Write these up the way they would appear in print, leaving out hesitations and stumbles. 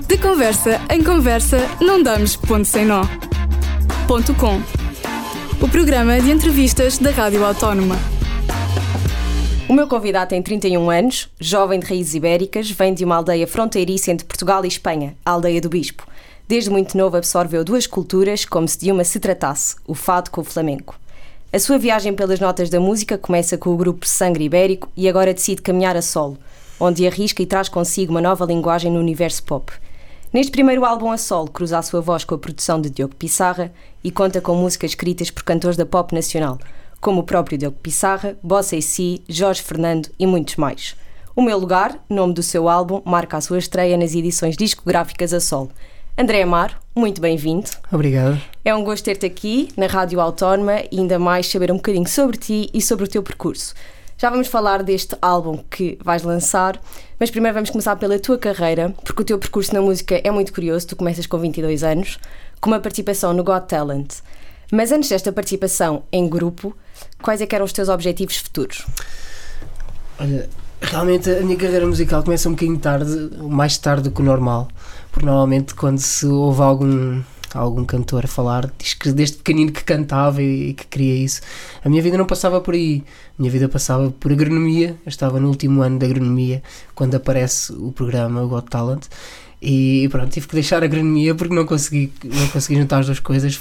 De conversa em conversa, não damos ponto sem nó. Ponto com. O programa de entrevistas da Rádio Autónoma. O meu convidado tem 31 anos, jovem de raízes ibéricas, vem de uma aldeia fronteiriça entre Portugal e Espanha, a Aldeia do Bispo. Desde muito novo absorveu duas culturas como se de uma se tratasse, o fado com o flamenco. A sua viagem pelas notas da música começa com o grupo Sangue Ibérico e agora decide caminhar a solo, onde arrisca e traz consigo uma nova linguagem no universo pop. Neste primeiro álbum a solo, cruza a sua voz com a produção de Diogo Pissarra e conta com músicas escritas por cantores da pop nacional, como o próprio Diogo Pissarra, Bossa e Si, Jorge Fernando e muitos mais. O Meu Lugar, nome do seu álbum, marca a sua estreia nas edições discográficas a solo. André Amaro, muito bem-vindo. Obrigado. É um gosto ter-te aqui na Rádio Autónoma e ainda mais saber um bocadinho sobre ti e sobre o teu percurso. Já vamos falar deste álbum que vais lançar, mas primeiro vamos começar pela tua carreira, porque o teu percurso na música é muito curioso. Tu começas com 22 anos, com uma participação no Got Talent. Mas antes desta participação em grupo, quais é que eram os teus objetivos futuros? Olha, realmente a minha carreira musical começa um bocadinho tarde, mais tarde do que o normal, porque normalmente quando se ouve algum cantor a falar, diz que desde pequenino que cantava e que queria isso. A minha vida não passava por aí, a minha vida passava por agronomia. Eu estava no último ano de agronomia quando aparece o programa Got Talent e pronto, tive que deixar a agronomia porque não consegui juntar as duas coisas.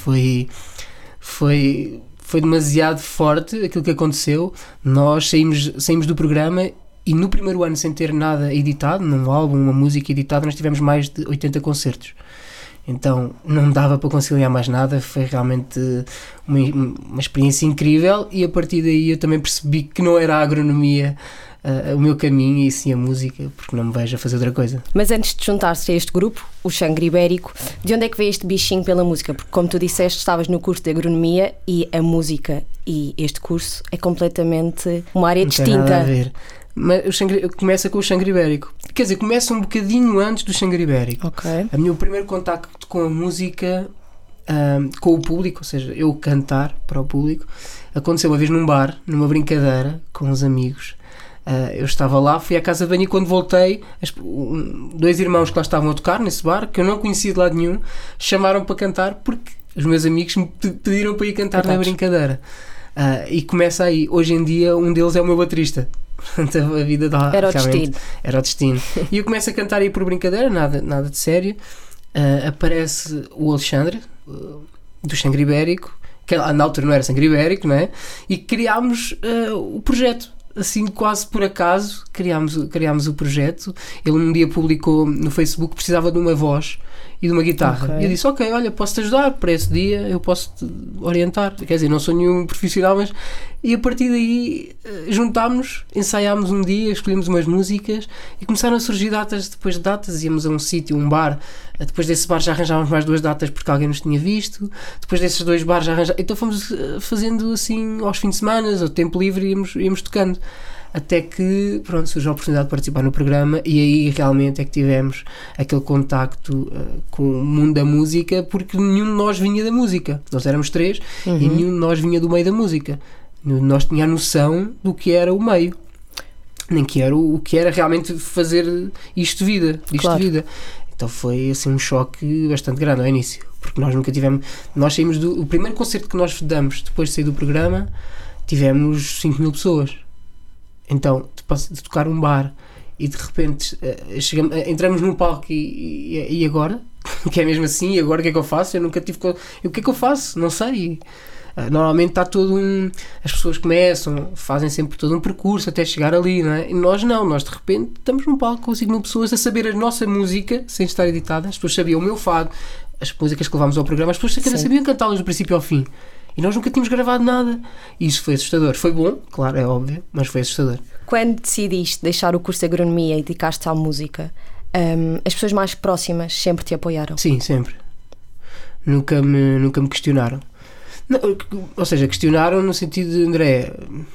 Foi demasiado forte aquilo que aconteceu. Nós saímos do programa e no primeiro ano, sem ter nada editado, num álbum, uma música editada, nós tivemos mais de 80 concertos. Então não dava para conciliar mais nada. Foi realmente uma experiência incrível e a partir daí eu também percebi que não era a agronomia o meu caminho e sim a música, porque não me vejo a fazer outra coisa. Mas antes de juntar-se a este grupo, o Sangue Ibérico, de onde é que veio este bichinho pela música? Porque como tu disseste, estavas no curso de agronomia e a música e este curso é completamente uma área distinta. Não tem nada a ver. Mas começa com o Sangue Ibérico. Quer dizer, começa um bocadinho antes do Sangue Ibérico. Okay. O meu primeiro contacto com a música, com o público, ou seja, eu cantar para o público, aconteceu uma vez num bar, numa brincadeira com os amigos. Eu estava lá, fui à casa de banho e quando voltei, dois irmãos que lá estavam a tocar nesse bar, que eu não conhecia de lado nenhum, chamaram para cantar porque os meus amigos me pediram para ir cantar na brincadeira. E começa aí. Hoje em dia um deles é o meu baterista. Portanto, a vida dá, era o destino. Era o destino. E eu começo a cantar aí por brincadeira, nada de sério. Aparece o Alexandre, do Sangue Ibérico, que na altura não era Sangue Ibérico, não é? E criámos o projeto. Assim, quase por acaso, criámos o projeto. Ele um dia publicou no Facebook que precisava de uma voz e de uma guitarra. Okay. E eu disse, ok, olha, posso-te ajudar para esse dia, eu posso-te orientar. Quer dizer, não sou nenhum profissional, mas... E a partir daí juntámos, ensaiámos um dia, escolhemos umas músicas e começaram a surgir datas depois de datas. Íamos a um sítio, um bar, depois desse bar já arranjávamos mais 2 datas porque alguém nos tinha visto, depois desses 2 bares já arranjávamos... Então fomos fazendo assim aos fins de semana, ao tempo livre, íamos tocando. Até que, pronto, surgiu a oportunidade de participar no programa e aí realmente é que tivemos aquele contacto com o mundo da música, porque nenhum de nós vinha da música. Nós éramos 3 e nenhum de nós vinha do meio da música. Nós tinha a noção do que era o meio, nem que era o que era realmente fazer isto de vida. Claro. De vida. Então foi assim um choque bastante grande ao início, porque nós nunca tivemos... Nós saímos o primeiro concerto que nós damos depois de sair do programa, tivemos 5.000 pessoas. Então, de tocar um bar e de repente entramos num palco e agora? Que é mesmo assim, e agora o que é que eu faço? Eu nunca tive... O que é que eu faço? Não sei. Normalmente está todo as pessoas começam, fazem sempre todo um percurso até chegar ali, não é? E nós não, nós de repente estamos num palco com 5.000 pessoas a saber a nossa música sem estar editada. As pessoas sabiam o meu fado, as músicas que levámos ao programa, as pessoas sabiam cantá-las do princípio ao fim. E nós nunca tínhamos gravado nada. E isso foi assustador. Foi bom, claro, é óbvio, mas foi assustador. Quando decidiste deixar o curso de agronomia e dedicaste-te à música, as pessoas mais próximas sempre te apoiaram? Sim, sempre. Nunca me questionaram. Não, ou seja, questionaram no sentido de, André...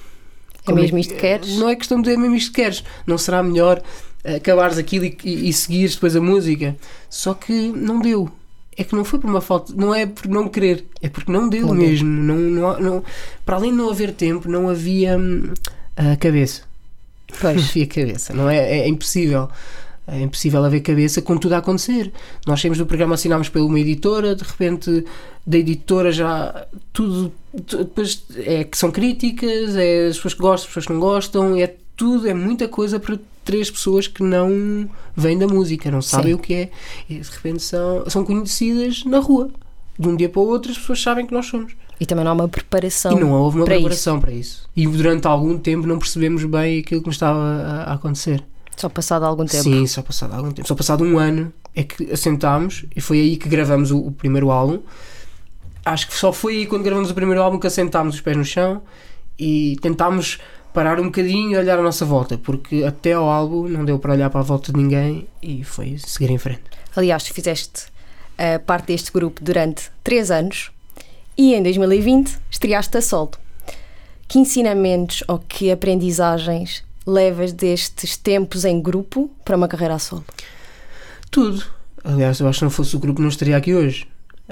É mesmo isto que queres? Não é questão de é mesmo isto que queres. Não será melhor acabares aquilo e seguires depois a música? Só que não deu. É que não foi por uma falta, não é por não querer, é porque não deu mesmo. Não, para além de não haver tempo, não havia cabeça. Pois. Não havia cabeça. Não é impossível. É impossível haver cabeça com tudo a acontecer. Nós saímos do programa, assinámos pela uma editora, de repente da editora já tudo depois é que são críticas, é as pessoas que gostam, as pessoas que não gostam, é tudo, é muita coisa para 3 pessoas que não vêm da música, não sabem o que é, e de repente são conhecidas na rua. De um dia para o outro as pessoas sabem que nós somos. E também não há uma preparação. E não houve uma preparação isso. para isso. E durante algum tempo não percebemos bem aquilo que nos estava a acontecer. Só passado algum tempo? Sim, só passado algum tempo. Só passado um ano é que assentámos e foi aí que gravamos o primeiro álbum. Acho que só foi aí quando gravamos o primeiro álbum que assentámos os pés no chão e tentámos parar um bocadinho e olhar à nossa volta, porque até ao álbum não deu para olhar para a volta de ninguém e foi seguir em frente. Aliás, tu fizeste parte deste grupo durante 3 anos e em 2020 estreaste a solo. Que ensinamentos ou que aprendizagens levas destes tempos em grupo para uma carreira a solo? Tudo. Aliás, eu acho que não fosse o grupo não estaria aqui hoje.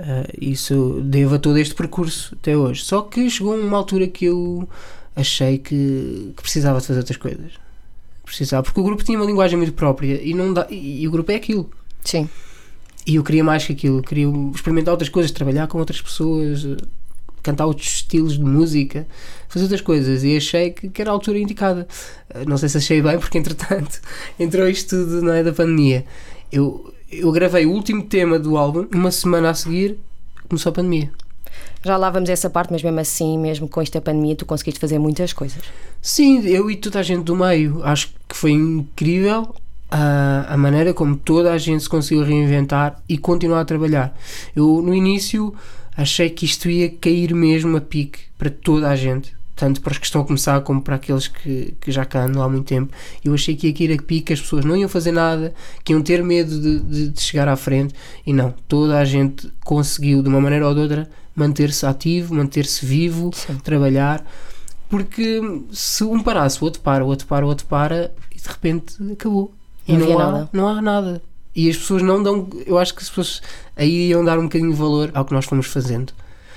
Isso devo a todo este percurso até hoje. Só que chegou uma altura que eu achei que precisava de fazer outras coisas. Precisava, porque o grupo tinha uma linguagem muito própria e o grupo é aquilo. Sim. E eu queria mais que aquilo. Eu queria experimentar outras coisas, trabalhar com outras pessoas, cantar outros estilos de música, fazer outras coisas, e achei que era a altura indicada. Não sei se achei bem, porque entretanto entrou isto tudo, não é, da pandemia. Eu gravei o último tema do álbum, uma semana a seguir começou a pandemia. Já lá vamos a essa parte, mas mesmo assim, mesmo com esta pandemia, tu conseguiste fazer muitas coisas. Sim, eu e toda a gente do meio. Acho que foi incrível a maneira como toda a gente se conseguiu reinventar e continuar a trabalhar. Eu no início achei que isto ia cair mesmo a pique para toda a gente, tanto para os que estão a começar como para aqueles que já cá andam há muito tempo. Eu achei que ia cair a pique, as pessoas não iam fazer nada, que iam ter medo de chegar à frente, e não, toda a gente conseguiu de uma maneira ou de outra manter-se ativo, manter-se vivo, Sim. trabalhar, porque se um parasse, o outro para, o outro para, o outro para, e de repente acabou. E não há nada. E as pessoas não dão. Eu acho que as pessoas aí iam dar um bocadinho de valor ao que nós fomos fazendo.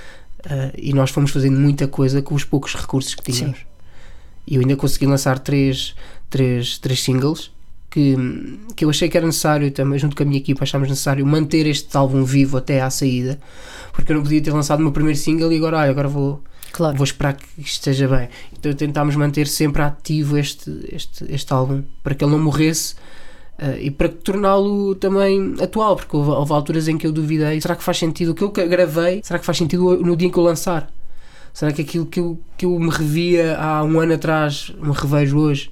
E nós fomos fazendo muita coisa com os poucos recursos que tínhamos. Sim. E eu ainda consegui lançar três singles que eu achei que era necessário também, junto com a minha equipa, achámos necessário manter este álbum vivo até à saída, porque eu não podia ter lançado o meu primeiro single e agora vou esperar que isto esteja bem. Então tentámos manter sempre ativo este álbum para que ele não morresse. E para torná-lo também atual, porque houve alturas em que eu duvidei, será que faz sentido o que eu gravei, será que faz sentido no dia em que eu lançar? Será que aquilo que eu me revia há um ano atrás me revejo hoje?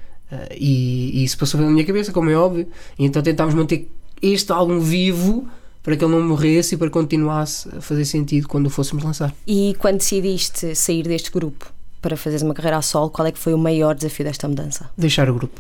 E isso passou pela minha cabeça, como é óbvio, e então tentámos manter este álbum vivo para que ele não morresse e para que continuasse a fazer sentido quando o fôssemos lançar. E quando decidiste sair deste grupo para fazeres uma carreira a solo, qual é que foi o maior desafio desta mudança? Deixar o grupo.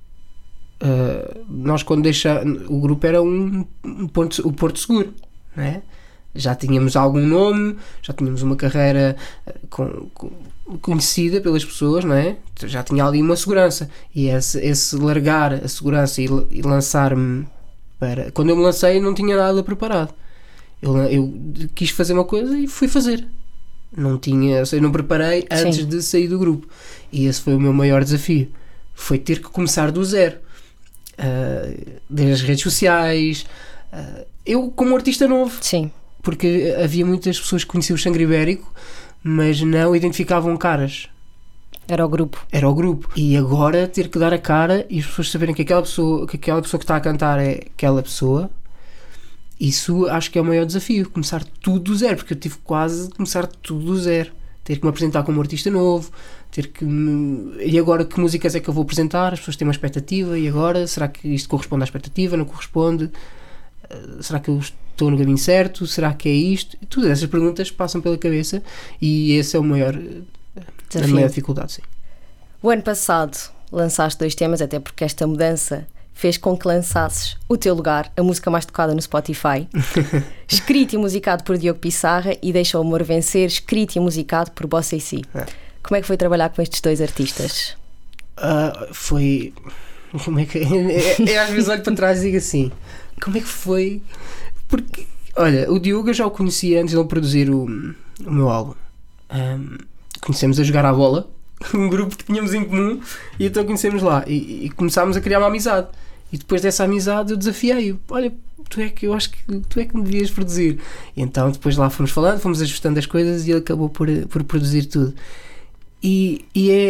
Nós quando o grupo era o Porto Seguro, não é? Já tínhamos algum nome, já tínhamos uma carreira conhecida pelas pessoas, não é? Já tinha ali uma segurança, e esse largar a segurança e lançar-me para... Quando eu me lancei não tinha nada preparado, eu quis fazer uma coisa e fui fazer, eu não preparei antes Sim. de sair do grupo, e esse foi o meu maior desafio, foi ter que começar do zero. Desde as redes sociais, eu como artista novo. Sim. Porque havia muitas pessoas que conheciam o Xangri Ibérico, mas não identificavam caras. Era o grupo. E agora ter que dar a cara e as pessoas saberem que aquela pessoa que está a cantar é aquela pessoa, isso acho que é o maior desafio, começar tudo do zero, porque eu tive quase de começar tudo do zero, ter que me apresentar como artista novo, e agora que músicas é que eu vou apresentar? As pessoas têm uma expectativa, e agora será que isto corresponde à expectativa? Não corresponde? Será que eu estou no caminho certo? Será que é isto? Todas essas perguntas passam pela cabeça, e esse é o maior desafio. A maior dificuldade, sim. O ano passado lançaste 2 temas, até porque esta mudança fez com que lançasses O Teu Lugar, a música mais tocada no Spotify, escrito e musicado por Diogo Pissarra, e Deixa o Amor Vencer, escrito e musicado por Bossa e Si. Como é que foi trabalhar com estes 2 artistas? Foi... Como é que... às vezes olho para trás e digo assim, como é que foi? Porque, olha, o Diogo eu já o conhecia antes de ele produzir o meu álbum. Conhecemos a jogar à bola, um grupo que tínhamos em comum, e então conhecemos lá e começámos a criar uma amizade. E depois dessa amizade eu desafiei-o. Olha, eu acho que tu é que me devias produzir. E então depois lá fomos falando, fomos ajustando as coisas e ele acabou por produzir tudo. E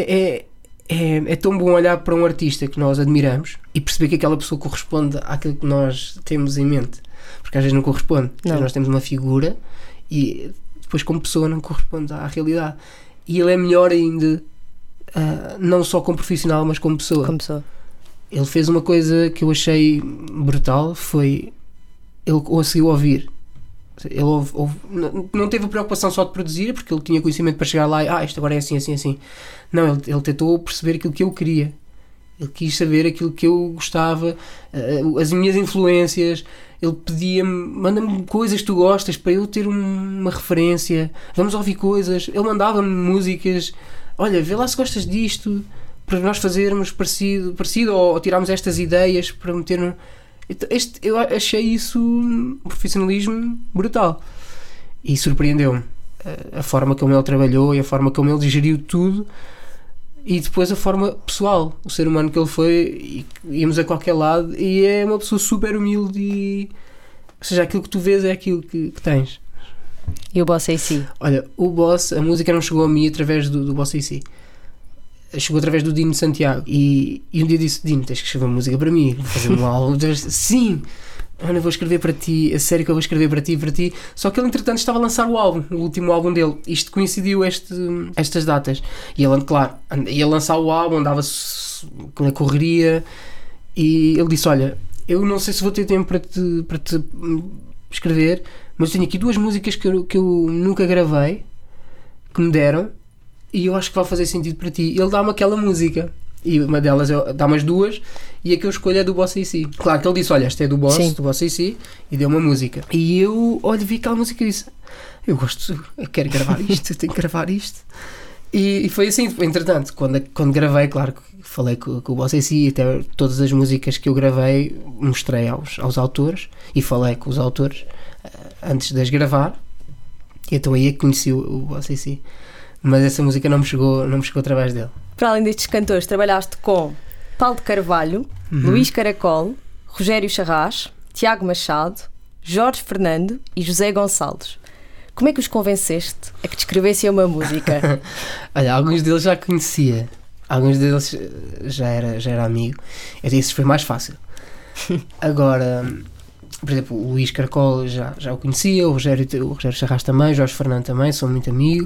é tão bom olhar para um artista que nós admiramos e perceber que aquela pessoa corresponde àquilo que nós temos em mente. Porque às vezes não corresponde. Não. Nós temos uma figura e depois como pessoa não corresponde à realidade. E ele é melhor ainda, não só como profissional, mas como pessoa. Ele fez uma coisa que eu achei brutal, foi ele conseguiu ouvir. Ele não teve a preocupação só de produzir, porque ele tinha conhecimento para chegar lá e isto agora é assim, assim, assim. Não, ele tentou perceber aquilo que eu queria. Ele quis saber aquilo que eu gostava, as minhas influências. Ele pedia-me, manda-me coisas que tu gostas para eu ter uma referência, vamos ouvir coisas. Ele mandava-me músicas, olha, vê lá se gostas disto, para nós fazermos parecido ou tirarmos estas ideias para meter no... Eu achei isso um profissionalismo brutal e surpreendeu-me a forma como ele trabalhou e a forma como ele geriu tudo, e depois a forma pessoal, o ser humano que ele foi. Íamos a qualquer lado e é uma pessoa super humilde e, ou seja, aquilo que tu vês é aquilo que tens. E o Boss AC? Olha, o Boss, a música não chegou a mim através do Boss AC, chegou através do Dino de Santiago e um dia disse: Dino, tens que escrever uma música para mim, vou fazer um álbum. Sim, eu vou escrever para ti, a sério que eu vou escrever para ti. Só que ele entretanto estava a lançar o álbum, o último álbum dele. Isto coincidiu estas datas e ele, claro, ia lançar o álbum, andava-se na correria e ele disse: olha, eu não sei se vou ter tempo para te escrever, mas eu tenho aqui 2 músicas que eu nunca gravei, que me deram, e eu acho que vai fazer sentido para ti. Ele dá-me aquela música e uma delas dá-me as 2 e a que eu escolho é do Boss AC. Claro que ele disse: olha, esta é do Boss AC, e deu uma música. E eu, olha, vi aquela música e disse: eu quero gravar isto, eu tenho que gravar isto. E foi assim. Entretanto, quando gravei, claro que falei com o Boss AC, e até todas as músicas que eu gravei mostrei aos autores e falei com os autores antes de as gravar, e então aí é que conheci o Boss AC. Mas essa música não me chegou através dele. Para além destes cantores, trabalhaste com Paulo de Carvalho, Luís Caracol, Rogério Charras, Tiago Machado, Jorge Fernando e José Gonçalves. Como é que os convenceste a que te escrevessem uma música? Olha, alguns deles já conhecia, alguns deles já era amigo. Eu disse: foi mais fácil. Agora, por exemplo, o Luís Caracol já o conhecia, o Rogério Charras também, o Jorge Fernando também, sou muito amigo.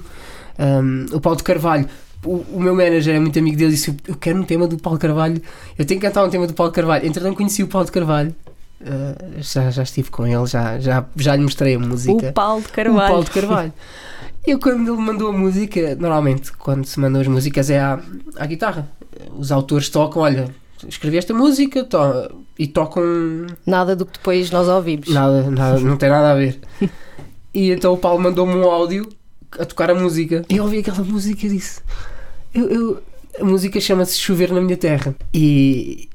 O Paulo de Carvalho, o meu manager é muito amigo dele, disse: eu quero um tema do Paulo Carvalho, eu tenho que cantar um tema do Paulo Carvalho. Entretanto conheci o Paulo de Carvalho, já estive com ele, já lhe mostrei a música. O Paulo de Carvalho. Eu, quando ele mandou a música, normalmente quando se mandam as músicas é à guitarra, os autores tocam: olha, escrevi esta música, e tocam nada do que depois nós ouvimos. Nada, não tem nada a ver. E então o Paulo mandou-me um áudio a tocar a música. Eu ouvi aquela música e disse: a música chama-se Chover na Minha Terra. E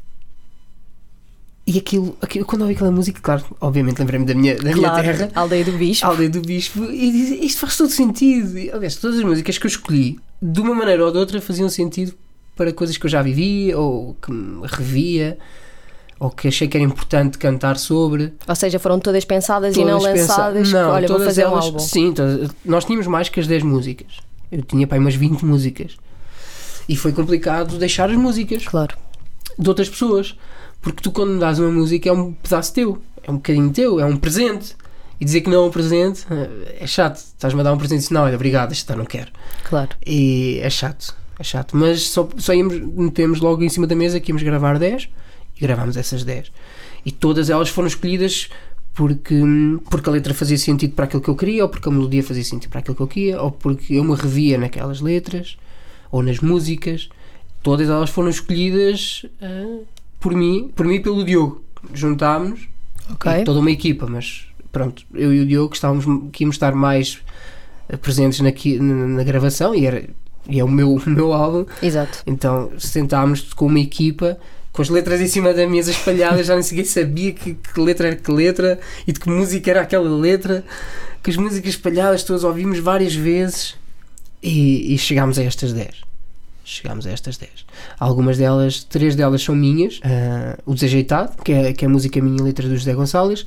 aquilo, quando ouvi aquela música, claro, obviamente lembrei-me da minha terra, Aldeia do Bispo, e disse: isto faz todo sentido. E, aliás, todas as músicas que eu escolhi, de uma maneira ou de outra, faziam sentido para coisas que eu já vivi, ou que me revia, ou que achei que era importante cantar sobre. Ou seja, foram todas pensadas e não lançadas. Não, olha, vou fazer um álbum. Sim, nós tínhamos mais que as 10 músicas. Eu tinha para aí umas 20 músicas. E foi complicado deixar as músicas, claro, de outras pessoas. Porque tu, quando me dás uma música, é um pedaço teu, é um bocadinho teu, é um presente. E dizer que não é um presente é chato. Estás-me a dar um presente e não, olha, obrigado, este não quero. Claro. E é chato. Mas só metemos logo em cima da mesa que íamos gravar 10. E gravámos essas 10 e todas elas foram escolhidas porque a letra fazia sentido para aquilo que eu queria, ou porque a melodia fazia sentido para aquilo que eu queria, ou porque eu me revia naquelas letras ou nas músicas. Todas elas foram escolhidas por mim e pelo Diogo. Juntámos, toda uma equipa, mas pronto, eu e o Diogo que íamos estar mais presentes na gravação, e é o meu álbum. Exato. Então sentámos com uma equipa, com as letras em cima da mesa espalhadas, já nem sequer sabia que letra era que letra e de que música era aquela letra, que as músicas espalhadas todas ouvimos várias vezes e chegámos a estas 10. chegámos a estas 10. Algumas delas, 3 delas são minhas. O Desajeitado, que é a música minha e letra do José Gonçalves,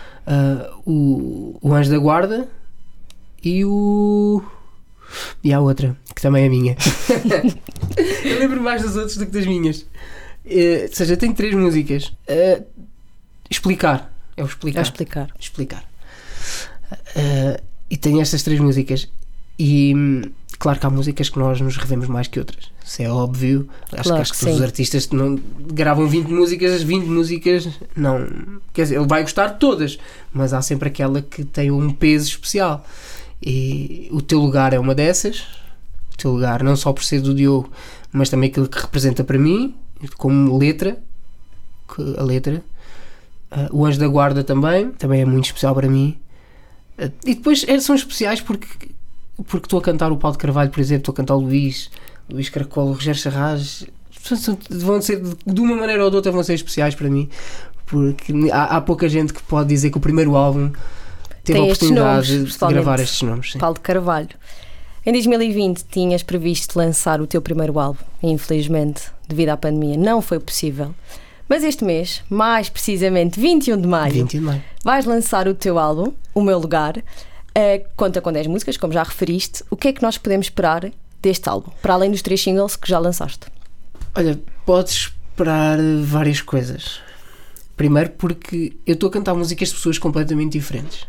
o Anjo da Guarda e a outra, que também é minha. Eu lembro mais das outras do que das minhas. Ou seja, tenho 3 músicas. Explicar. Explicar. E tenho estas 3 músicas. E claro que há músicas que nós nos revemos mais que outras. Isso é óbvio. Acho que todos os artistas não gravam 20 músicas não. Quer dizer, ele vai gostar de todas, mas há sempre aquela que tem um peso especial. E O Teu Lugar é uma dessas. O Teu Lugar, não só por ser do Diogo, mas também aquilo que representa para mim, como letra. A letra. O Anjo da Guarda também é muito especial para mim. E depois são especiais porque estou a cantar o Paulo de Carvalho, por exemplo, estou a cantar o Luís Caracol, o Rogério Sarraz. Vão ser, de uma maneira ou de outra, vão ser especiais para mim, porque há pouca gente que pode dizer que o primeiro álbum teve a oportunidade de gravar estes nomes. Sim. Paulo de Carvalho. Em 2020 tinhas previsto lançar o teu primeiro álbum e infelizmente, devido à pandemia, não foi possível. Mas este mês, mais precisamente 21 de maio, vais lançar o teu álbum, O Meu Lugar. Conta com 10 músicas, como já referiste. O que é que nós podemos esperar deste álbum, para além dos 3 singles que já lançaste? Olha, podes esperar várias coisas. Primeiro porque eu estou a cantar músicas de pessoas completamente diferentes.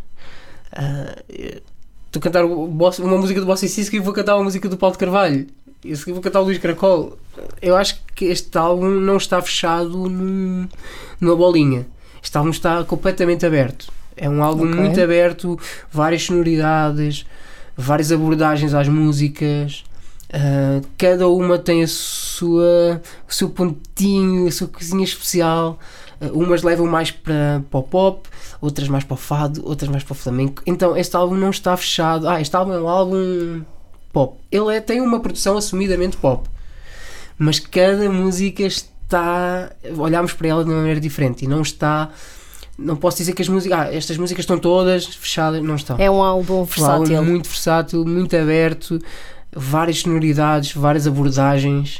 Estou a cantar uma música do Bossa e Cisco e vou cantar uma música do Paulo de Carvalho. Eu vou cantar o Luís Caracol. Eu acho que este álbum não está fechado numa bolinha. Este álbum está completamente aberto. É um álbum muito aberto, várias sonoridades, várias abordagens às músicas. Cada uma tem o seu pontinho, a sua coisinha especial. Umas levam mais para o pop, outras mais para o fado, outras mais para o flamenco. Então este álbum não está fechado. Este álbum é um álbum pop. Ele tem uma produção assumidamente pop, mas cada música está, olhamos para ela de uma maneira diferente e não posso dizer que estas músicas estão todas fechadas, não estão. É um álbum versátil. Um álbum muito versátil, muito aberto, várias sonoridades, várias abordagens,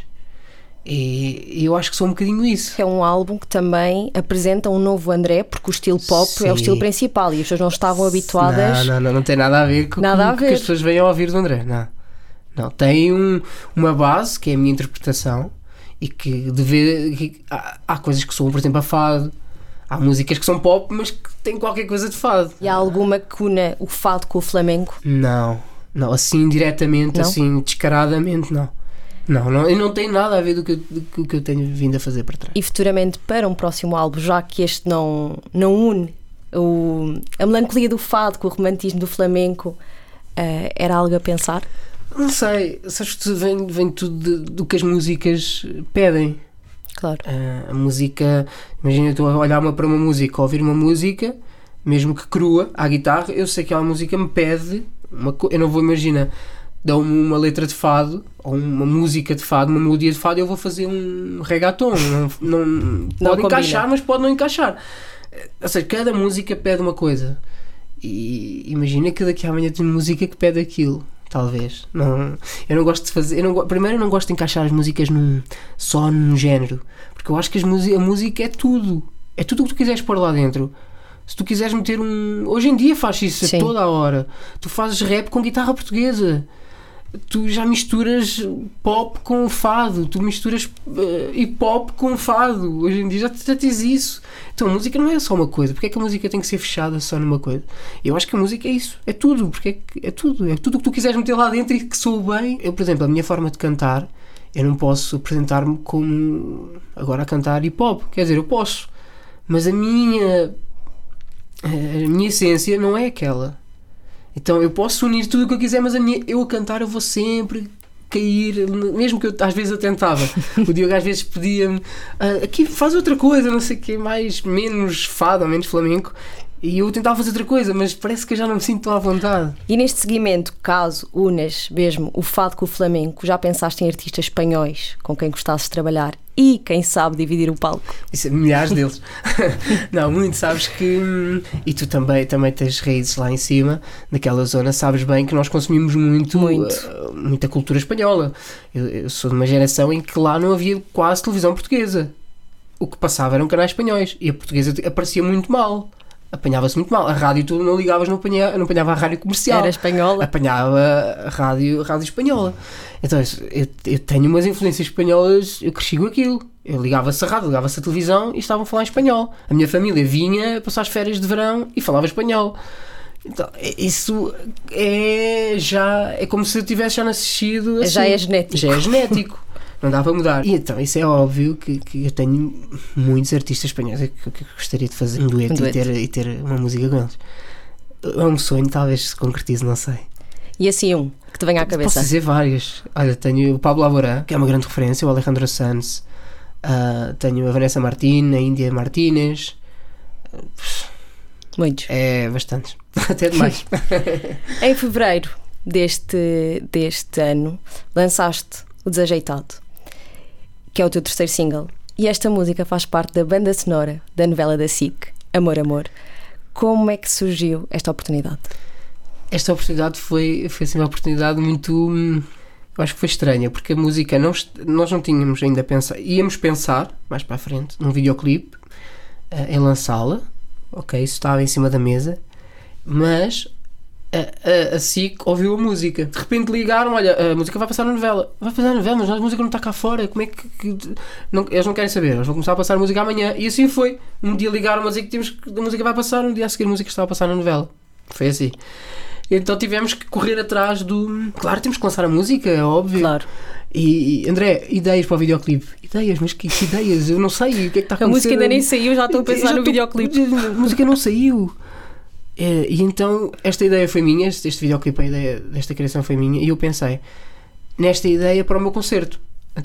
e eu acho que sou um bocadinho isso. É um álbum que também apresenta um novo André, porque o estilo pop é o estilo principal e as pessoas não estavam habituadas. Não tem nada a ver com o que as pessoas vêm a ouvir do André. Não, tem uma base que é a minha interpretação e há coisas que soam, por exemplo, a fado. Há músicas que são pop, mas que têm qualquer coisa de fado. E há alguma que une o fado com o flamenco? Não, assim diretamente, assim descaradamente, não. E não tem nada a ver do que eu tenho vindo a fazer para trás. E futuramente para um próximo álbum, já que este não une a melancolia do fado com o romantismo do flamenco, era algo a pensar? Não sei, sabes que vem tudo do que as músicas pedem. Claro. A música, imagina, eu estou a olhar para uma música, a ouvir uma música, mesmo que crua, à guitarra, eu sei que aquela música me pede eu não vou imaginar, dão-me uma letra de fado ou uma música de fado, uma melodia de fado, eu vou fazer um reggaeton. Não pode encaixar, mas pode não encaixar. Ou seja, cada música pede uma coisa e imagina que daqui a amanhã tem música que pede aquilo. Talvez. Eu não gosto de fazer. Primeiro, eu não gosto de encaixar as músicas só num género, porque eu acho que a música é tudo. É tudo o que tu quiseres pôr lá dentro. Se tu quiseres meter hoje em dia faz isso a toda a hora. Tu fazes rap com guitarra portuguesa. Tu já misturas pop com fado. Tu misturas hip hop com fado. Hoje em dia já tens isso. Então a música não é só uma coisa. Porque é que a música tem que ser fechada só numa coisa? Eu acho que a música é isso. É tudo. Porque é tudo o que tu quiseres meter lá dentro e que soa bem. Eu, por exemplo, a minha forma de cantar, eu não posso apresentar-me como agora a cantar hip hop. Quer dizer, eu posso. Mas a minha essência não é aquela. Então eu posso unir tudo o que eu quiser, mas eu a cantar eu vou sempre cair, mesmo que eu às vezes eu tentava. O Diogo às vezes pedia-me aqui faz outra coisa, não sei o que, menos fado ou menos flamenco. E eu tentava fazer outra coisa, mas parece que eu já não me sinto tão à vontade. E neste seguimento, caso unas mesmo o fado com o flamenco, já pensaste em artistas espanhóis com quem gostasses de trabalhar e, quem sabe, dividir o palco? Isso, milhares deles. Não, muito, sabes que... E tu também tens raízes lá em cima, naquela zona, sabes bem que nós consumimos muita cultura espanhola. Eu sou de uma geração em que lá não havia quase televisão portuguesa. O que passava eram canais espanhóis e a portuguesa aparecia muito mal. Apanhava-se muito mal. A rádio tu não ligavas, não apanhava a rádio comercial. Era espanhola. Apanhava a rádio espanhola. Então eu tenho umas influências espanholas, eu cresci com aquilo. Eu ligava-se a rádio, ligava-se a televisão e estavam a falar espanhol. A minha família vinha passar as férias de verão e falava espanhol. Então, isso é como se eu tivesse já nascido assim. Já é genético. Já é genético. Não dá para mudar. E então, isso é óbvio que eu tenho muitos artistas espanhóis que gostaria de fazer um dueto. E ter uma música com eles. É um sonho, talvez se concretize, não sei. E assim que te venha à cabeça? Posso dizer vários. Olha, tenho o Pablo Alborán, que é uma grande referência, o Alejandro Sanz, tenho a Vanessa Martín, a Índia Martínez. Muitos. É, bastantes. Até demais. Em fevereiro deste ano, lançaste o Desajeitado, que é o teu terceiro single. E esta música faz parte da banda sonora da novela da SIC, Amor, Amor. Como é que surgiu esta oportunidade? Esta oportunidade foi assim, uma oportunidade muito... Eu acho que foi estranha, porque a música nós não tínhamos ainda pensado. Íamos pensar, mais para a frente, num videoclipe, em lançá-la. Ok, isso estava em cima da mesa. Mas a SIC ouviu a música. De repente ligaram, olha, a música vai passar na novela. Vai passar na novela, mas a música não está cá fora. Como é que não, eles não querem saber, eles vão começar a passar a música amanhã. E assim foi. Um dia ligaram a dizer que a música vai passar, um dia a seguir a música estava a passar na novela. Foi assim. Então tivemos que correr atrás do... Claro, temos que lançar a música, é óbvio. Claro. E André, ideias para o videoclipe? Ideias, mas que ideias? Eu não sei o que é que está a acontecer. A música ainda nem saiu, já estou a pensar no videoclipe. A música não saiu. E então esta ideia foi minha, este videoclipe, a ideia desta criação foi minha, e eu pensei nesta ideia para o meu concerto.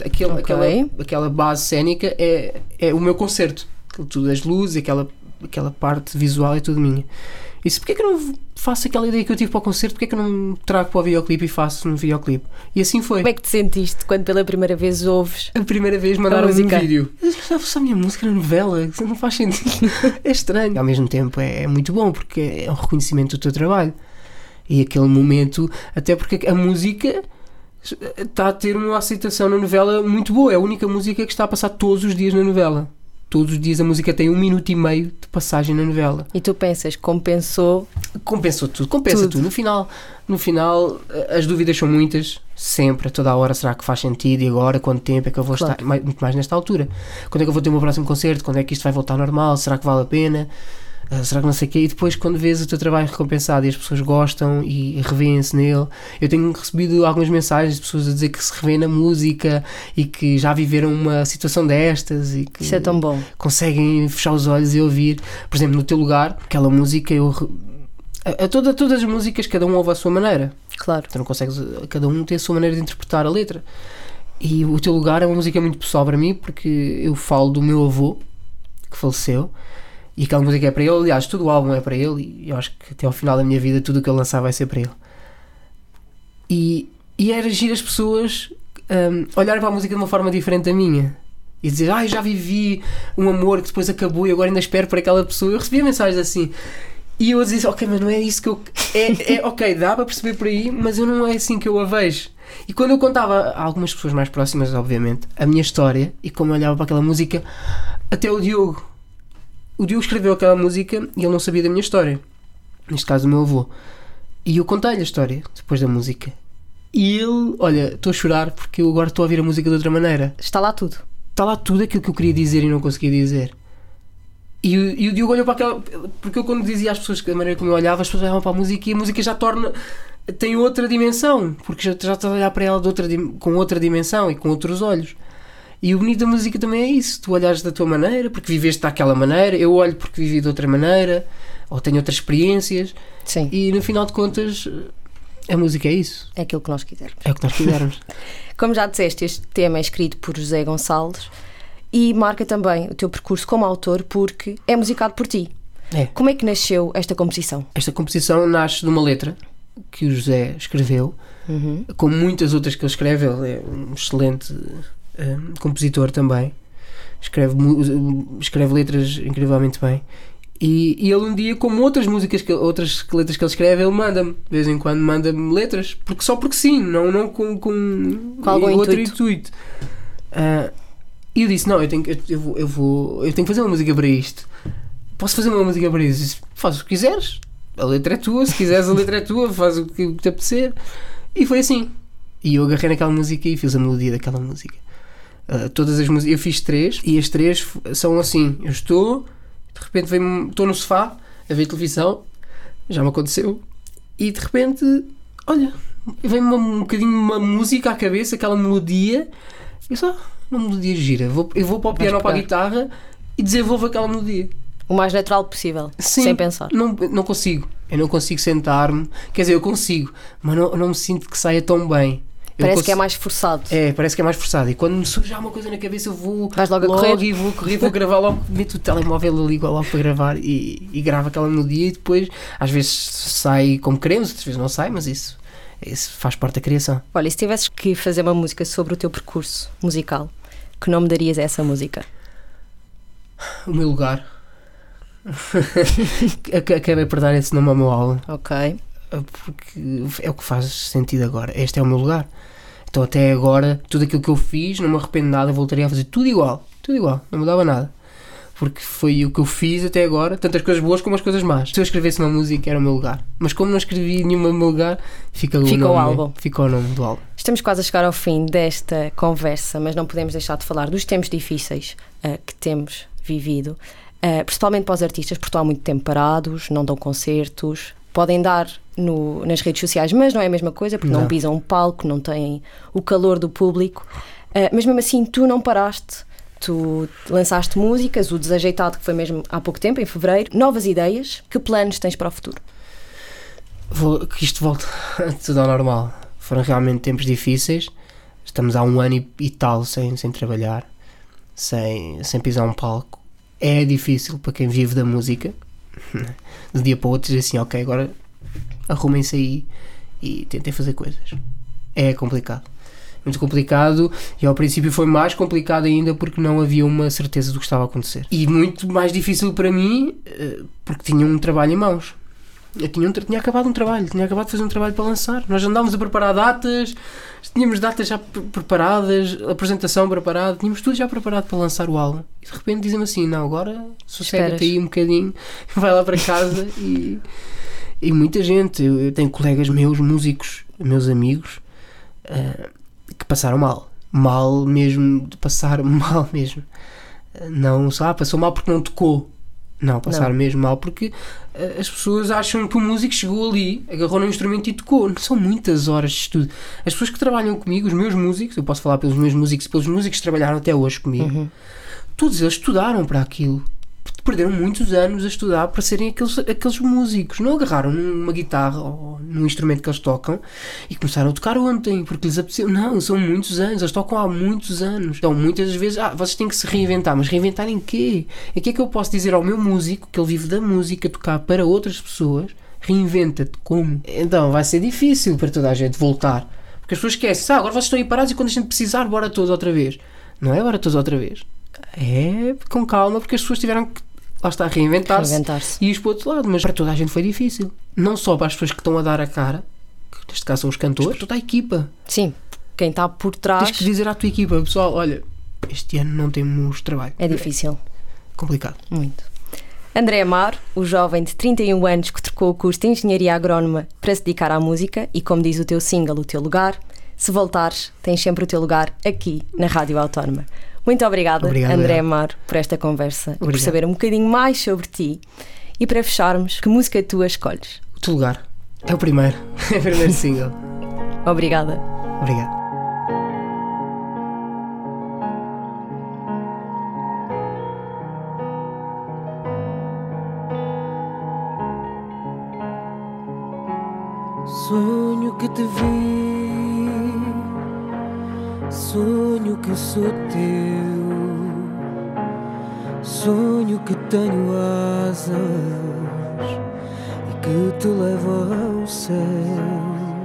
Aquela base cénica é o meu concerto. Tudo, as luzes, aquela parte visual é tudo minha. E porque é que eu não faço aquela ideia que eu tive para o concerto? Porque é que eu não trago para o videoclipe e faço no videoclipe? E assim foi. Como é que te sentiste quando pela primeira vez ouves? A primeira vez mandaram-me um vídeo. Eu já faço a minha música na novela, isso não faz sentido. É estranho. E ao mesmo tempo é muito bom, porque é um reconhecimento do teu trabalho. E aquele momento, até porque a música está a ter uma aceitação na novela muito boa. É a única música que está a passar todos os dias na novela. Todos os dias a música tem 1,5 minuto de passagem na novela. E tu pensas, compensou? Compensou tudo, compensa tudo. No final, as dúvidas são muitas, sempre, a toda a hora. Será que faz sentido? E agora, quanto tempo é que eu vou estar? Muito mais nesta altura. Quando é que eu vou ter o meu próximo concerto? Quando é que isto vai voltar ao normal? Será que vale a pena? Será que não sei o quê? E depois, quando vês o teu trabalho recompensado e as pessoas gostam e revêem-se nele, eu tenho recebido algumas mensagens de pessoas a dizer que se revêem na música e que já viveram uma situação destas e que isso é tão bom. Conseguem fechar os olhos e ouvir. Por exemplo, No Teu Lugar, aquela música, todas as músicas, cada um ouve à sua maneira. Claro. Tu não consegues, cada um tem a sua maneira de interpretar a letra. E O Teu Lugar é uma música muito pessoal para mim, porque eu falo do meu avô que faleceu. E aquela música é para ele, aliás, todo o álbum é para ele, e eu acho que até ao final da minha vida tudo o que ele lançar vai ser para ele. E era agir as pessoas olharem para a música de uma forma diferente da minha e dizer, já vivi um amor que depois acabou e agora ainda espero por aquela pessoa. Eu recebia mensagens assim e eu dizia, ok, mas não é isso que eu... ok, dá para perceber por aí, mas eu não é assim que eu a vejo. E quando eu contava a algumas pessoas mais próximas, obviamente, a minha história e como eu olhava para aquela música, até o Diogo escreveu aquela música e ele não sabia da minha história, neste caso o meu avô, e eu contei-lhe a história depois da música e ele, olha, estou a chorar porque eu agora estou a ouvir a música de outra maneira. Está lá tudo aquilo que eu queria dizer e não conseguia dizer. E o Diogo olhou para aquela, porque eu quando dizia às pessoas que da maneira como eu olhava, as pessoas olhavam para a música e a música já tem outra dimensão, porque já estás a olhar para ela com outra dimensão e com outros olhos. E o bonito da música também é isso, tu olhares da tua maneira, porque viveste daquela maneira, eu olho porque vivi de outra maneira, ou tenho outras experiências. Sim. E no final de contas, a música é isso. É aquilo que nós quisermos. É o que nós quisermos. Como já disseste, este tema é escrito por José Gonçalves e marca também o teu percurso como autor porque é musicado por ti. É. Como é que nasceu esta composição? Esta composição nasce de uma letra que o José escreveu, como muitas outras que ele escreve. Ele é um excelente compositor também, escreve letras incrivelmente bem. E ele um dia, como outras músicas, outras letras que ele escreve, ele manda-me, de vez em quando manda-me letras, só porque sim, não com algum outro intuito. E eu disse, não, eu tenho que fazer uma música para isto. Posso fazer uma música para isso? Disse, faz o que quiseres, a letra é tua, se quiseres a letra é tua, faz o que te apetecer. E foi assim. E eu agarrei naquela música e fiz a melodia daquela música. Todas as músicas, eu fiz 3, e as 3 são assim: eu estou, de repente estou no sofá a ver televisão, já me aconteceu, e de repente, olha, vem-me um bocadinho uma música à cabeça, aquela melodia, e só, uma melodia gira. Eu vou para o piano ou para a guitarra e desenvolvo aquela melodia. O mais natural possível, sim, sem pensar. Não consigo. Eu não consigo sentar-me. Quer dizer, eu consigo, mas não me sinto que saia tão bem. Parece que é mais forçado. Parece que é mais forçado. E quando me surge uma coisa na cabeça, eu vou Vais logo a correr. E vou correr, vou gravar logo, meto o telemóvel ali logo para gravar e gravo aquela melodia, e depois às vezes sai como queremos, outras vezes não sai, mas isso faz parte da criação. Olha, e se tivesses que fazer uma música sobre o teu percurso musical, que nome darias a essa música? O Meu Lugar. Acabei por dar esse nome ao meu álbum. Ok. Porque é o que faz sentido agora. Este é o meu lugar. Então até agora, tudo aquilo que eu fiz, não me arrependo de nada, voltaria a fazer tudo igual, não mudava nada, porque foi o que eu fiz até agora, tanto as coisas boas como as coisas más. Se eu escrevesse uma música, era o meu lugar, mas como não escrevi nenhuma no meu lugar, fica o álbum. Fica o nome do álbum. Estamos quase a chegar ao fim desta conversa, mas não podemos deixar de falar dos tempos difíceis que temos vivido, principalmente para os artistas, porque estão há muito tempo parados, não dão concertos, podem dar nas redes sociais, mas não é a mesma coisa, porque não pisam um palco, não têm o calor do público. Mas mesmo assim, tu não paraste, tu lançaste músicas, o Desajeitado, que foi mesmo há pouco tempo, em fevereiro, novas ideias. Que planos tens para o futuro? Que isto volte tudo ao normal. Foram realmente tempos difíceis, estamos há 1 ano e tal sem trabalhar, sem pisar um palco. É difícil para quem vive da música, de um dia para o outro dizer assim, ok, agora arrumem-se aí e tentem fazer coisas. É complicado, muito complicado, e ao princípio foi mais complicado ainda porque não havia uma certeza do que estava a acontecer, e muito mais difícil para mim porque tinha um trabalho em mãos. Eu tinha acabado de fazer um trabalho para lançar. Nós andávamos a preparar datas, tínhamos datas já preparadas, apresentação preparada, tínhamos tudo já preparado para lançar o álbum, e de repente dizem-me assim, não, agora sossega-te aí um bocadinho, vai lá para casa. E muita gente, eu tenho colegas meus, músicos, meus amigos, que passaram mal mesmo, não só passou mal porque não tocou. Não, passaram mesmo mal porque as pessoas acham que o músico chegou ali, agarrou no instrumento e tocou. São muitas horas de estudo. As pessoas que trabalham comigo, os meus músicos, eu posso falar pelos meus músicos e pelos músicos que trabalharam até hoje comigo, todos eles estudaram para aquilo. Perderam muitos anos a estudar para serem aqueles músicos. Não agarraram numa guitarra ou num instrumento que eles tocam e começaram a tocar ontem porque lhes apeteceu. Não, são muitos anos, eles tocam há muitos anos. Então muitas vezes vocês têm que se reinventar, mas reinventar em quê? Em que é que eu posso dizer ao meu músico, que ele vive da música, tocar para outras pessoas? Reinventa-te. Como? Então vai ser difícil para toda a gente voltar, porque as pessoas esquecem, agora vocês estão aí parados e quando a gente precisar, bora todos outra vez. Não é bora todos outra vez, é com calma, porque as pessoas tiveram que lá está, reinventar-se e ir para o outro lado. Mas para toda a gente foi difícil, não só para as pessoas que estão a dar a cara, que neste caso são os cantores, mas para toda a equipa. Sim, quem está por trás. Tens que dizer à tua equipa, pessoal, olha, este ano não temos trabalho. É difícil, complicado, muito. André Amaro, o jovem de 31 anos que trocou o curso de Engenharia Agrónoma para se dedicar à música, e como diz o teu single, O Teu Lugar, se voltares, tens sempre o teu lugar aqui na Rádio Autónoma. Muito obrigada, André Amaro, por esta conversa e por saber um bocadinho mais sobre ti. E para fecharmos, que música tua escolhes? O Teu Lugar. É o primeiro single. Obrigada. Obrigado. Sonho que te vi, sonho que sou teu, Sonho que tenho asas e que te levo ao céu.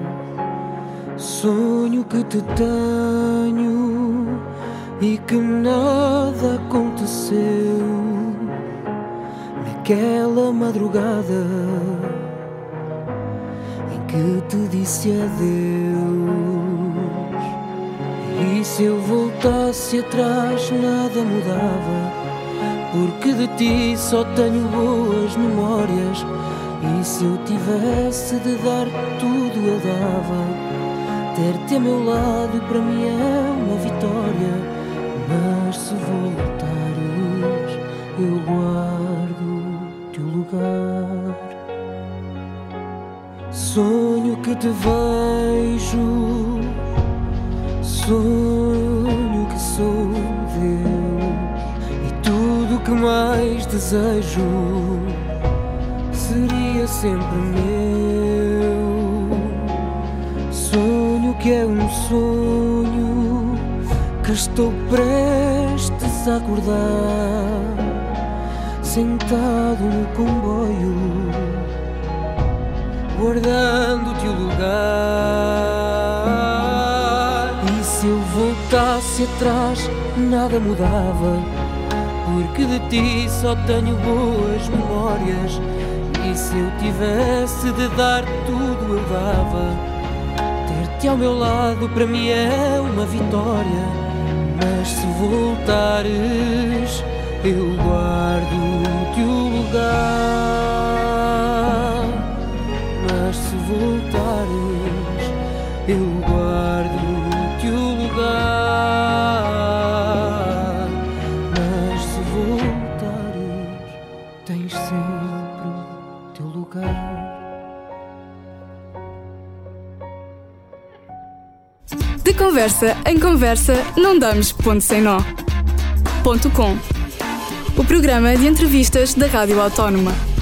Sonho que te tenho e que nada aconteceu naquela madrugada em que te disse adeus. E se eu voltasse atrás nada mudava, porque de ti só tenho boas memórias. E se eu tivesse de dar tudo eu dava. Ter-te a meu lado para mim é uma vitória. Mas se voltares eu guardo o teu lugar. Sonho que te vejo, sonho que sou Deus, e tudo que mais desejo seria sempre meu. Sonho que é um sonho que estou prestes a acordar, sentado no comboio, guardando-te o lugar. E se eu voltasse atrás nada mudava, porque de ti só tenho boas memórias. E se eu tivesse de dar tudo eu dava. Ter-te ao meu lado para mim é uma vitória. Mas se voltares eu guardo-te o lugar. Mas se voltares eu guardo-te o lugar. Mas se voltares tens sempre o teu lugar. De conversa em conversa, não damos ponto sem nó. .com, o programa de entrevistas da Rádio Autónoma.